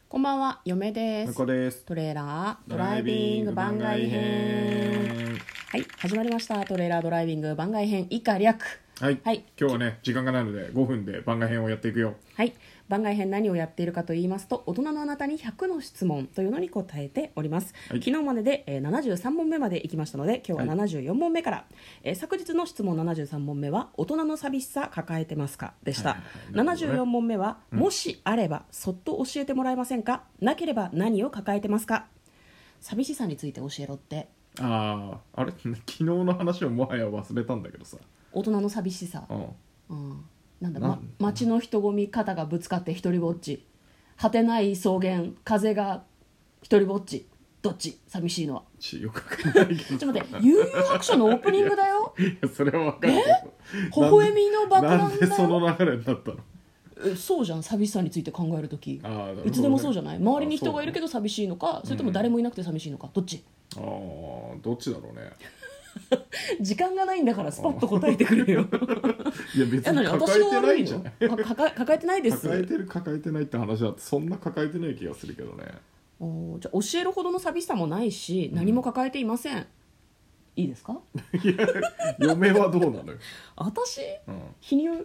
こんばんは、嫁です。 向こうです。 トレーラードライビング番外編。はい、始まりました。トレーラードライビング番外編以下略。 はい、今日はね時間がないので5分で番外編をやっていくよ。 はい、番外編何をやっているかと言いますと、大人のあなたに100の質問というのに答えております。昨日までで、73問目まで行きましたので、今日は74問目から、昨日の質問73問目は大人の寂しさ抱えてますかでした。74問目は、もしあればそっと教えてもらえませんか、なければ何を抱えてますか。寂しさについて教えろって。 あれ昨日の話をもはや忘れたんだけどさ、 大人の寂しさ、なんだ、街の人混み、肩がぶつかって一人ぼっち、果てない草原、風が一人ぼっち、どっち寂しいのは。 よくわかんないけど、 ちょっと待って、悠々白書のオープニングだよ。 いやそれは分かるけど、微笑みの爆弾だよ。 なんでその流れになったの。 そうじゃん、寂しさについて考えるとき、いつでもそうじゃない。周りに人がいるけど寂しいのか、それとも誰もいなくて寂しいのか、どっち。 どっちだろうね。 時間がないんだからスパッと答えてくれよ。 いや別に抱えてないじゃん。 抱えてないです。 抱えてないって話はそんな抱えてない気がするけどね。 じゃあ教えるほどの寂しさもないし、何も抱えていません。いいですか。 いや嫁はどうなのよ。 私、貧乳。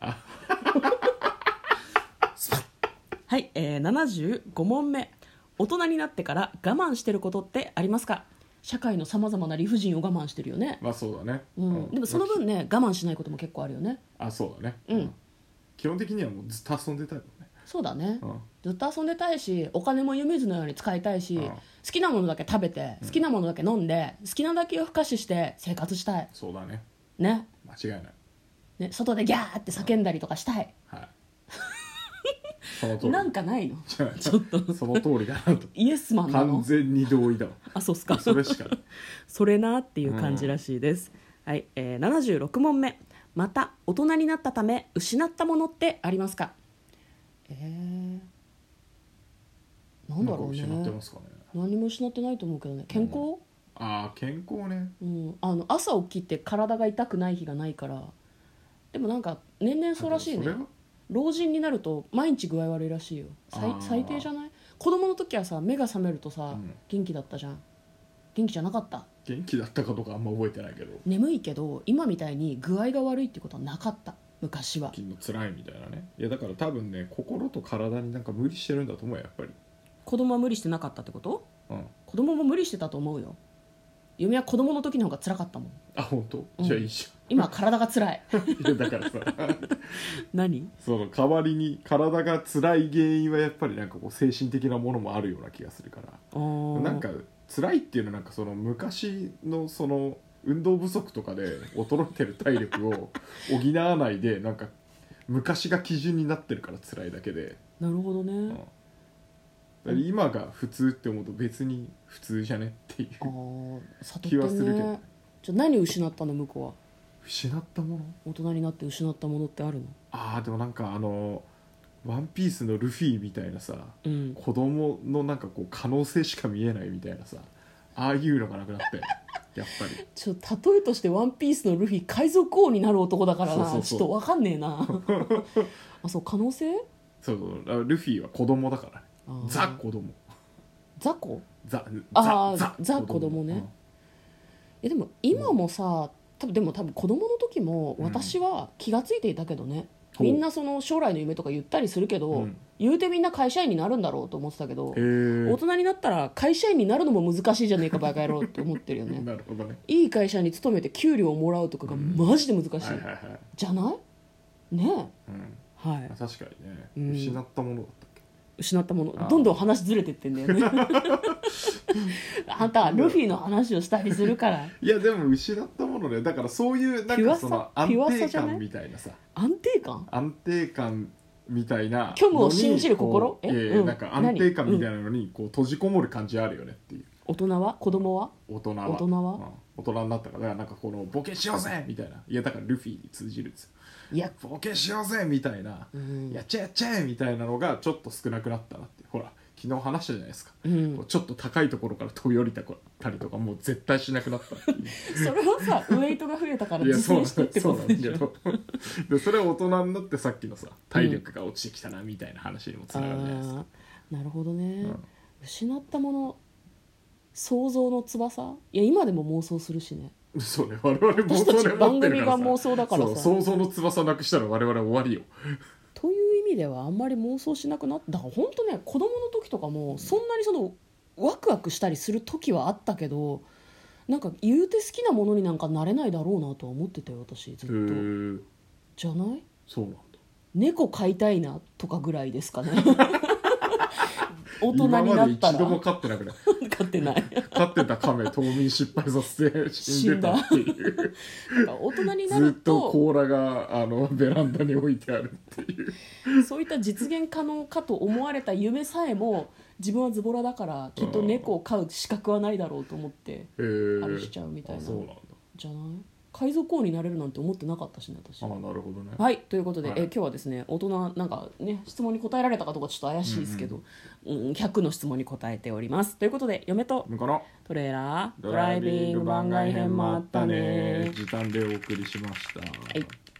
はい、75問目。大人になってから我慢してることってありますか。社会のさまざまな理不尽を我慢してるよね。 まあそうだね、 でもその分ね、我慢しないことも結構あるよね。 そうだね、基本的にはもうずっと遊んでたいもんね。 そうだね、ずっと遊んでたいし、お金も湯水のように使いたいし、好きなものだけ食べて、好きなものだけ飲んで、好きなだけ夜更かしして生活したい。 そうだね。 ね、 間違いないね、外でギャーって叫んだりとかしたい。 その通り。 なんかないの。ちょっとその通りだなと。 イエスマンなの。 完全に同意だわ。 そうっすか。 それしかない。 それなっていう感じらしいです。はい、76問目。また大人になったため失ったものってありますか。なんだろうね。 失ってますかね。 何も失ってないと思うけどね。健康、 健康ね、 朝起きて体が痛くない日がないから。でもなんか年々そうらしいね。老人になると毎日具合悪いらしいよ。最低じゃない。子供の時はさ、目が覚めるとさ、元気だったじゃん。元気じゃなかった。 元気だったかどうかあんま覚えてないけど、 眠いけど今みたいに具合が悪いってことはなかった、昔は。 昨日辛いみたいなね。いやだから多分ね、心と体になんか無理してるんだと思うよ、やっぱり。 子供は無理してなかったってこと。子供も無理してたと思うよ。嫁は子供の時の方が辛かったもん。 本当、じゃあいいじゃん。 今体が辛い。 いやだからさ何、 その代わりに体が辛い原因はやっぱりなんかこう精神的なものもあるような気がするから、なんか辛いっていうのはなんかその昔のその運動不足とかで衰えてる体力を補わないでなんか昔が基準になってるから辛いだけで。 なるほどね、 今が普通って思うと別に普通じゃねっていう気はするけど、 じゃあ何失ったの、向こうは。 失ったもの、 大人になって失ったものってあるの。 でもなんかワンピースのルフィみたいなさ、子供のなんかこう可能性しか見えないみたいなさ、ああいうのがなくなってやっぱり例えとしてワンピースのルフィ海賊王になる男だからな。ちょっと分かんねえな。そう、可能性。 そうルフィは子供だからね。ザ子供。 ザ子。 ザ子供ね。でも今もさ、多分子供の時も私は気がついていたけどね、みんなその将来の夢とか言ったりするけど、言うてみんな会社員になるんだろうと思ってたけど、大人になったら会社員になるのも難しいじゃねえかバカ野郎って思ってるよね。 なるほどね。 いい会社に勤めて給料をもらうとかがマジで難しい、じゃないねえ、はい、 確かにね、失ったものだったっけ。 失ったもの、どんどん話ずれてってんだよね。あんたルフィの話をしたりするから。 いやでも失ったものね、だからそういうなんかその安定感みたいなさ、安定感みたいな虚無を信じる心、 なんか安定感みたいなのにこう閉じこもる感じあるよねっていう。 大人は子供は大人は大人になったから、なんかこのボケしようぜみたいな、いやだからルフィに通じるんですよ。いやボケしようぜみたいな、やっちゃやっちゃえみたいなのがちょっと少なくなったなって。ほら昨日話したじゃないですか、ちょっと高いところから飛び降りたりとかもう絶対しなくなったっていう。 それはさウエイトが増えたから自制してってことでしょ。 でそれは大人になってさっきのさ体力が落ちてきたなみたいな話にもつながるじゃないですか。 なるほどね、 うん失ったもの、想像の翼、いや今でも妄想するしね。 そうね、我々妄想私たちで持ってるからさ、 番組が妄想だからさそう、想像の翼なくしたら我々終わりよ。 という意味ではあんまり妄想しなくなった。だから本当ね、子供の時とかもそんなにそのワクワクしたりする時はあったけど、なんか言うて好きなものになんかなれないだろうなとは思ってたよ私ずっへーと。じゃない？ そうなんだ。 猫飼いたいなとかぐらいですかね大人今までになったら一度も飼ってなくない飼ってない飼ってた亀冬眠失敗させて死んでたっていうなんか大人になずっるとと甲羅がベランダに置いてあるっていうそういった実現可能かと思われた夢さえも、自分はズボラだからきっと猫を飼う資格はないだろうと思ってあれしちゃうみたいな。 そうなんだ。 じゃない？海賊王になれるなんて思ってなかったしね私。 なるほどね。 はい、ということで、 はい今日はですね、大人なんかね、質問に答えられたかどうかちょっと怪しいですけど、100の質問に答えております。ということで、嫁とこのトレーラードドライビング番外編もあったね。時短でお送りしました。 はい